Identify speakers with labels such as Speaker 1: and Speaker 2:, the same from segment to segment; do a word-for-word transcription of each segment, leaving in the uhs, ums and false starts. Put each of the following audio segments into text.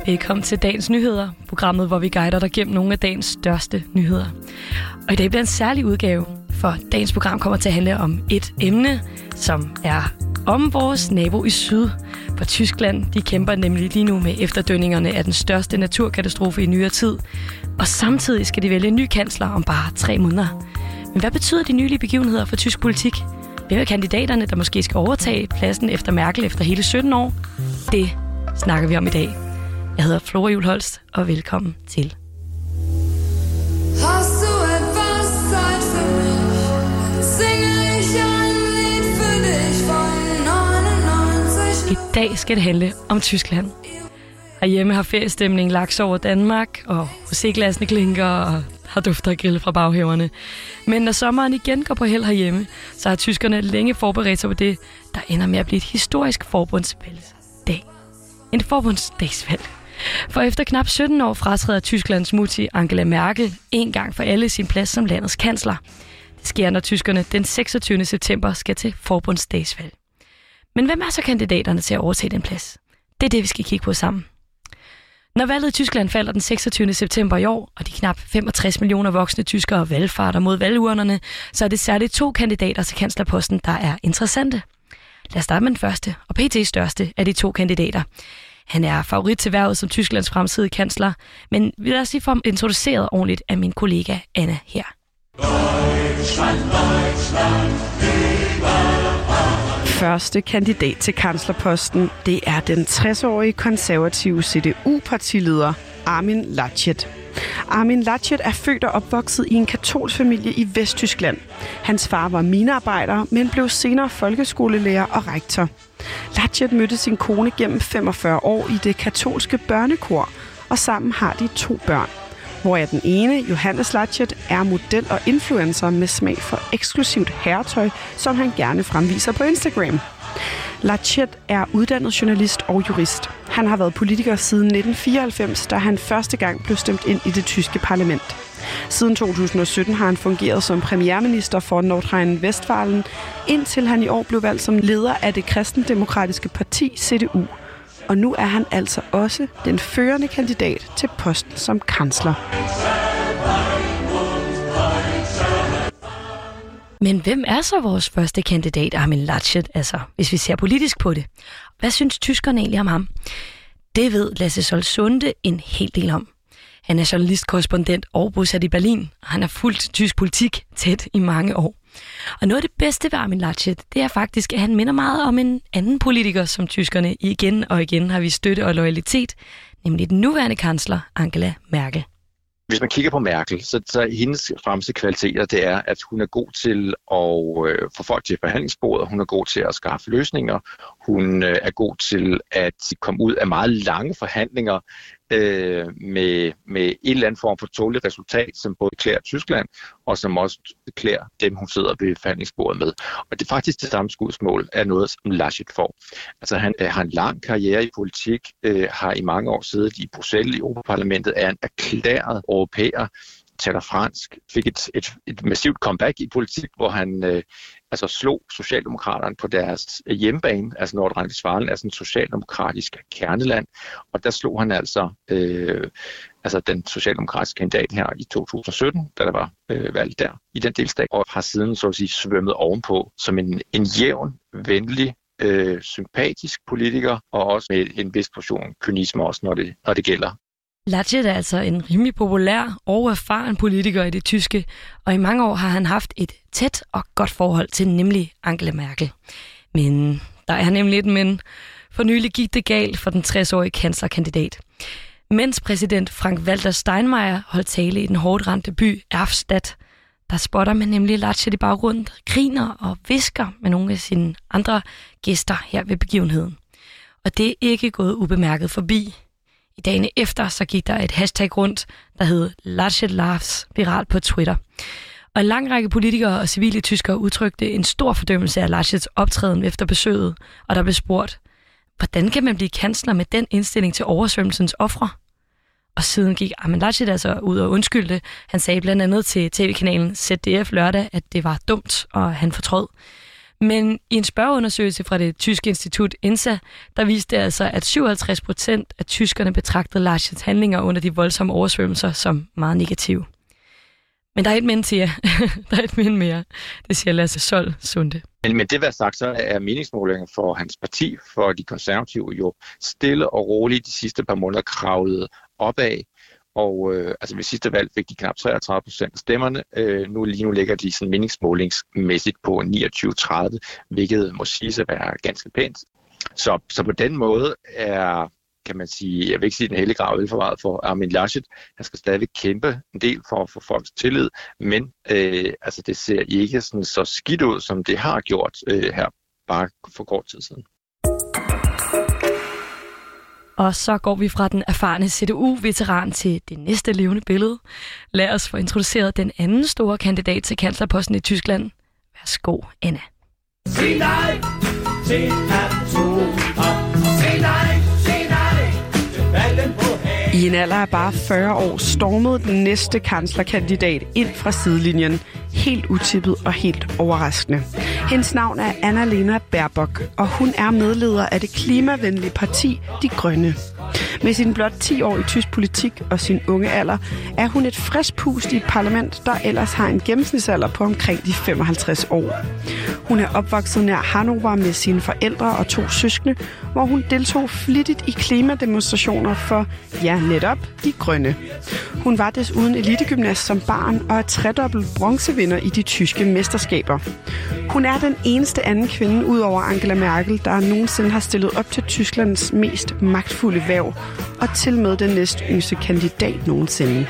Speaker 1: Velkommen til dagens nyheder, programmet, hvor vi guider dig gennem nogle af dagens største nyheder. Og i dag bliver en særlig udgave, for dagens program kommer til at handle om et emne, som er om vores nabo i syd. For Tyskland, de kæmper nemlig lige nu med efterdønningerne af den største naturkatastrofe i nyere tid. Og samtidig skal de vælge en ny kansler om bare tre måneder. Men hvad betyder de nylige begivenheder for tysk politik? Hvem er kandidaterne, der måske skal overtage pladsen efter Merkel efter hele sytten år? Det snakker vi om i dag. Jeg hedder Flora Juhl Holst, og velkommen til.
Speaker 2: Hast du etwas Zeit für mich? Singe ich ein Lied für dich von nioghalvfems.
Speaker 1: I dag skal det handle om Tyskland. Herhjemme har feriestemningen lagt sig over Danmark, og musikglassene klinker og har dufter af grill fra baghaverne. Men når sommeren igen går på held herhjemme, så har tyskerne længe forberedt sig på det, der ender med at blive et historisk forbundsvalgsdag. En forbundsdagsvalg. For efter knap sytten år fratræder Tysklands mutti Angela Merkel en gang for alle sin plads som landets kansler. Det sker, når tyskerne den seksogtyvende september skal til forbundsdagsvalg. Men hvem er så kandidaterne til at overtage den plads? Det er det, vi skal kigge på sammen. Når valget i Tyskland falder den seksogtyvende september i år, og de knap femogtres millioner voksne tyskere valgfarter mod valgurnerne, så er det særligt to kandidater til kanslerposten, der er interessante. Lad os starte med den første, og P T's største af de to kandidater. Han er favorit til hvervet som Tysklands fremtidige kansler, men vi lader os lige få ham introduceret ordentligt af min kollega Anna her.
Speaker 3: Deutschland, Deutschland,
Speaker 4: Første kandidat til kanslerposten, det er den tres-årige konservative C D U-partileder Armin Laschet. Armin Laschet er født og opvokset i en katolsk familie i Vesttyskland. Hans far var minearbejder, men blev senere folkeskolelærer og rektor. Laschet mødte sin kone gennem femogfyrre år i det katolske børnekor, og sammen har de to børn. Hvoraf den ene, Johannes Laschet, er model og influencer med smag for eksklusivt herretøj, som han gerne fremviser på Instagram. Laschet er uddannet journalist og jurist. Han har været politiker siden nitten fireoghalvfems, da han første gang blev stemt ind i det tyske parlament. Siden to tusind og sytten har han fungeret som premierminister for Nordrhein-Westfalen, indtil han i år blev valgt som leder af det kristendemokratiske parti C D U. Og nu er han altså også den førende kandidat til posten som kansler.
Speaker 1: Men hvem er så vores første kandidat, Armin Laschet, altså, hvis vi ser politisk på det? Hvad synes tyskerne egentlig om ham? Det ved Lasse Solsunde en hel del om. Han er journalistkorrespondent og bosat i Berlin, og han har fulgt tysk politik tæt i mange år. Og noget af det bedste ved Armin Laschet, det er faktisk, at han minder meget om en anden politiker, som tyskerne igen og igen har vist støtte og loyalitet, nemlig den nuværende kansler Angela Merkel.
Speaker 5: Hvis man kigger på Merkel, så, så hendes fremmeste kvaliteter, det er, at hun er god til at øh, få folk til forhandlingsbordet, hun er god til at skaffe løsninger, hun øh, er god til at komme ud af meget lange forhandlinger øh, med, med en eller anden form for tåligt resultat, som både klæder Tyskland, og som også klæder dem, hun sidder ved forhandlingsbordet med. Og det er faktisk det samme skudsmål af noget, som Laschet får. Altså han øh, har en lang karriere i politik, øh, har i mange år siddet i Bruxelles i Europaparlamentet, er en erklæret europæer, taler fransk, fik et, et, et massivt comeback i politik, hvor han øh, altså slog Socialdemokraterne på deres hjemmebane, altså Nordrhein-Westfalen er sådan et socialdemokratisk kerneland, og der slog han altså, øh, altså den socialdemokratiske kandidat her i to tusind og sytten, da der var øh, valg der i den delstat, og har siden så at sige svømmet ovenpå som en, en jævn, venlig, øh, sympatisk politiker, og også med en vis portion kynisme også, når det, når det gælder.
Speaker 1: Laschet er altså en rimelig populær og erfaren politiker i det tyske, og i mange år har han haft et tæt og godt forhold til nemlig Angela Merkel. Men der er nemlig et men. For nylig gik det galt for den tres-årige kanslerkandidat. Mens præsident Frank-Walter Steinmeier holdt tale i den hårdt ramte by Erfstadt, der spotter man nemlig Laschet i baggrunden, griner og visker med nogle af sine andre gæster her ved begivenheden. Og det er ikke gået ubemærket forbi. I dagene efter så gik der et hashtag rundt, der hed Laschet Laughs viralt på Twitter. Og en lang række politikere og civile tyskere udtrykte en stor fordømmelse af Laschets optræden efter besøget, og der blev spurgt, hvordan kan man blive kansler med den indstilling til oversvømmelsens ofre? Og siden gik Armin Laschet altså ud og undskyldte. Han sagde blandt andet til tv-kanalen Z D F lørdag, at det var dumt, og han fortrød. Men i en spørgeundersøgelse fra det tyske institut I N S A, der viste det altså, at syvoghalvtreds procent af tyskerne betragtede Laschets handlinger under de voldsomme oversvømmelser som meget negative. Men der er et men til jer. Der er et men mere. Det siger Lasse Sol Sunde.
Speaker 5: Men, men det vil sagt, så er meningsmålingen for hans parti, for de konservative, jo stille og roligt de sidste par måneder kravlet opad. Og øh, altså ved sidste valg fik de knap treogtredive procent af stemmerne. Øh, nu lige nu ligger de sådan meningsmålingsmæssigt på niogtyve tredive, hvilket må siges at være ganske pænt. Så, så på den måde er, kan man sige, jeg vil ikke sige den hellige grav for meget for Armin Laschet. Han skal stadig kæmpe en del for at få folks tillid, men øh, altså det ser ikke sådan så skidt ud, som det har gjort øh, her bare for kort tid siden.
Speaker 1: Og så går vi fra den erfarne C D U-veteran til det næste levende billede. Lad os få introduceret den anden store kandidat til kanslerposten i Tyskland. Værsgo, Anna.
Speaker 3: Sig nej til atomkraft. Sig nej, sig nej til valgen på havet.
Speaker 4: I en alder af bare fyrre år stormede den næste kanslerkandidat ind fra sidelinjen. Helt utippet og helt overraskende. Hendes navn er Annalena Baerbock, og hun er medleder af det klimavenlige parti De Grønne. Med sin blot ti år i tysk politik og sin unge alder, er hun et frisk pust i et parlament, der ellers har en gennemsnitsalder på omkring de femoghalvtreds år. Hun er opvokset nær Hannover med sine forældre og to søskende, hvor hun deltog flittigt i klimademonstrationer for, ja, netop De Grønne. Hun var desuden elitegymnast som barn og er tredobbelt bronzevinder i de tyske mesterskaber. Hun er den eneste anden kvinde ud over Angela Merkel, der nogensinde har stillet op til Tysklands mest magtfulde hverv, og til med den næst yngste kandidat nogensinde.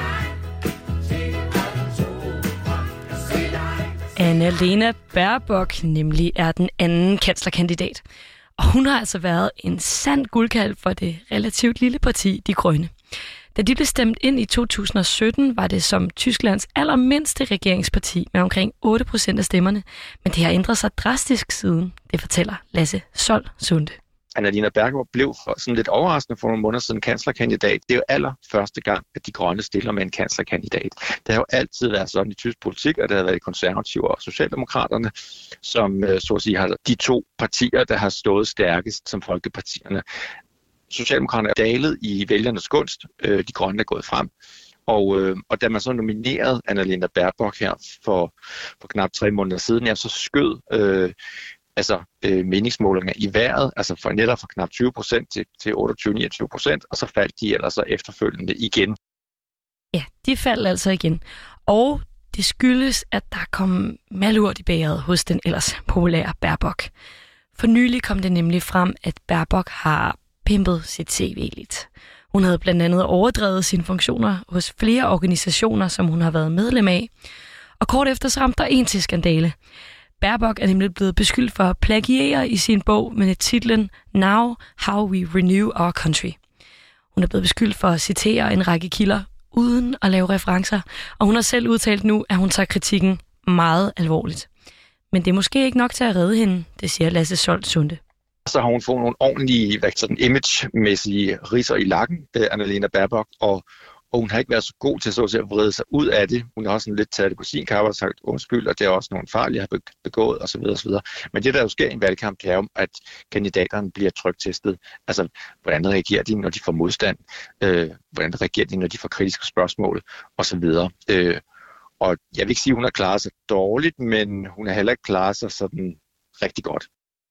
Speaker 1: Annalena Baerbock nemlig er den anden kanslerkandidat. Og hun har altså været en sand guldkalv for det relativt lille parti De Grønne. Da de blev stemt ind i to tusind og sytten, var det som Tysklands allermindste regeringsparti med omkring otte procent af stemmerne. Men det har ændret sig drastisk siden, det fortæller Lasse Sol Sunde.
Speaker 5: Annalena Baerbock blev for, sådan lidt overraskende for nogle måneder siden kanslerkandidat. Det er jo aller første gang, at De Grønne stiller med en kanslerkandidat. Det har jo altid været sådan i tysk politik, at det har været konservative og socialdemokraterne, som så at sige har de to partier, der har stået stærkest som folkepartierne. Socialdemokraterne er dalet i vælgernes gunst. De Grønne er gået frem. Og, øh, og da man så nominerede Annalena Baerbock her for, for knap tre måneder siden, ja, så skød øh, altså øh, meningsmålinger i vejret, altså fra netop fra knap tyve procent til, til otteogtyve til niogtyve procent, og så faldt de ellers så efterfølgende igen.
Speaker 1: Ja, de faldt altså igen. Og det skyldes, at der kom malurt i bægeret hos den ellers populære Baerbock. For nylig kom det nemlig frem, at Baerbock har pimpet sit C V lidt. Hun havde blandt andet overdrevet sine funktioner hos flere organisationer, som hun har været medlem af. Og kort efter så ramte der en til skandale. Baerbock er nemlig blevet beskyldt for at plagiere i sin bog med titlen Now How We Renew Our Country. Hun er blevet beskyldt for at citere en række kilder uden at lave referencer, og hun har selv udtalt nu, at hun tager kritikken meget alvorligt. Men det er måske ikke nok til at redde hende, det siger Lasse Sol Sunde.
Speaker 5: Så har hun fået nogle ordentlige sådan image-mæssige ridser i lakken, Annalena Baerbock, og, og hun har ikke været så god til, så at vride sig ud af det. Hun har også sådan lidt taget det på sin kappe og sagt undskyld, og det er også nogle fejl, jeg har begået osv. osv. Men det, der jo sker i en valgkamp, det er jo, at kandidaterne bliver trygtestet. Altså, hvordan reagerer de, når de får modstand? Øh, hvordan reagerer de, når de får kritiske spørgsmål osv.? Øh, og jeg vil ikke sige, at hun har klaret sig dårligt, men hun har heller ikke klaret sig sådan rigtig godt.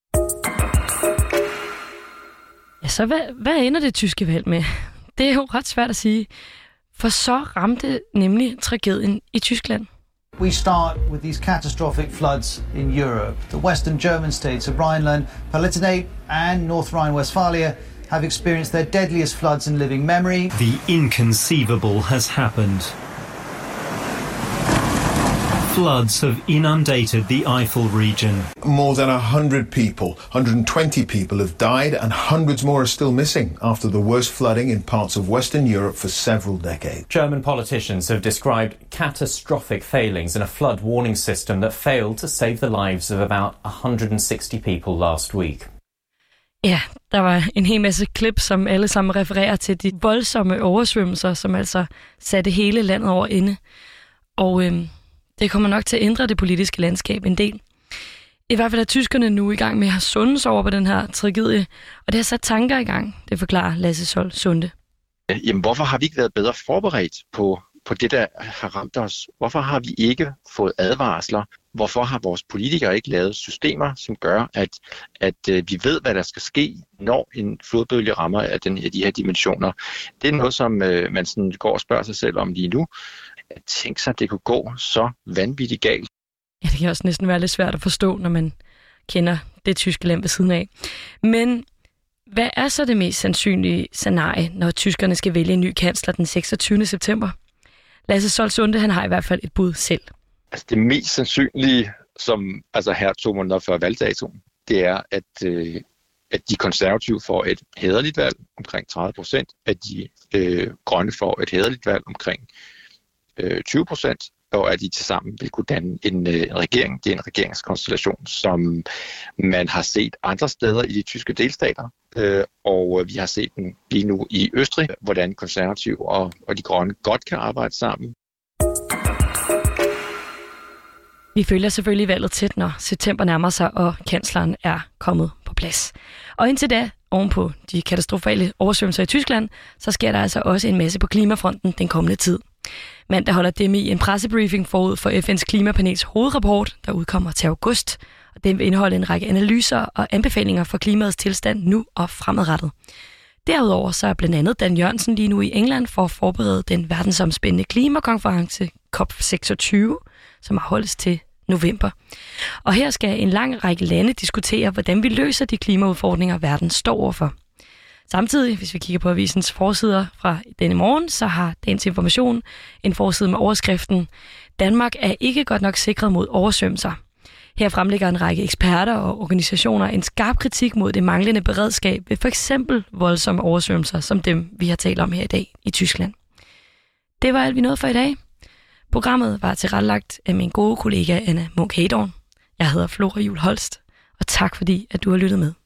Speaker 1: Ja, så hvad, hvad ender det tyske valg med? Det er jo ret svært at sige, for så ramte nemlig tragedien i Tyskland.
Speaker 6: We start with these catastrophic floods in Europe. The western German states of Rhineland, Palatinate and North Rhine-Westphalia have experienced their deadliest floods in living memory.
Speaker 7: The inconceivable has happened. Floods have inundated the Eifel region.
Speaker 8: More than one hundred people, one hundred twenty people have died and hundreds more are still missing after the worst flooding in parts of Western Europe for several decades.
Speaker 9: German politicians have described catastrophic failings in a flood warning system that failed to save the lives of about one hundred sixty people last week.
Speaker 1: Ja, der var en hel masse klip, som alle sammen refererer til de voldsomme oversvømmelser, som altså satte hele landet over ende. Og øhm, det kommer nok til at ændre det politiske landskab en del. I hvert fald er tyskerne nu i gang med at sundes over på den her tragedie, og det har sat tanker i gang, det forklarer Lasse Sol Sunde.
Speaker 5: Jamen, hvorfor har vi ikke været bedre forberedt på, på det, der har ramt os? Hvorfor har vi ikke fået advarsler? Hvorfor har vores politikere ikke lavet systemer, som gør, at, at øh, vi ved, hvad der skal ske, når en flodbølge rammer af, den, af de her dimensioner? Det er noget, som øh, man sådan går og spørger sig selv om lige nu. At tænke sig, at det kunne gå så vanvittigt galt.
Speaker 1: Ja, det kan også næsten være lidt svært at forstå, når man kender det tyske land ved siden af. Men hvad er så det mest sandsynlige scenarie, når tyskerne skal vælge en ny kansler den seksogtyvende september? Lasse Sol Sunde, han har i hvert fald et bud selv.
Speaker 5: Altså det mest sandsynlige, som altså her to måneder før valgdatoen, det er, at, øh, at de konservative får et hæderligt valg omkring tredive procent, at de øh, grønne får et hæderligt valg omkring øh, tyve procent, og at de tilsammen vil kunne danne en øh, regering. Det er en regeringskonstellation, som man har set andre steder i de tyske delstater, øh, og øh, vi har set den lige nu i Østrig, hvordan konservative og, og de grønne godt kan arbejde sammen.
Speaker 1: Vi følger selvfølgelig valget tæt, når september nærmer sig, og kansleren er kommet på plads. Og indtil da, ovenpå de katastrofale oversvømmelser i Tyskland, så sker der altså også en masse på klimafronten den kommende tid. Mandag holder D M I en pressebriefing forud for F N's klimapanels hovedrapport, der udkommer til august. Og den vil indeholde en række analyser og anbefalinger for klimaets tilstand nu og fremadrettet. Derudover så er blandt andet Dan Jørgensen lige nu i England for at forberede den verdensomspændende klimakonference COP seksogtyve, som afholdes til november. Og her skal en lang række lande diskutere, hvordan vi løser de klimaudfordringer, verden står overfor. Samtidig, hvis vi kigger på avisens forsider fra denne morgen, så har Dagens Information en forside med overskriften Danmark er ikke godt nok sikret mod oversvømmelser. Her fremlægger en række eksperter og organisationer en skarp kritik mod det manglende beredskab ved for eksempel voldsomme oversvømmelser, som dem vi har talt om her i dag i Tyskland. Det var alt vi nåede for i dag. Programmet var tilrettelagt af min gode kollega Anna Munk Hedorn. Jeg hedder Flora Juhl Holst, og tak fordi at du har lyttet med.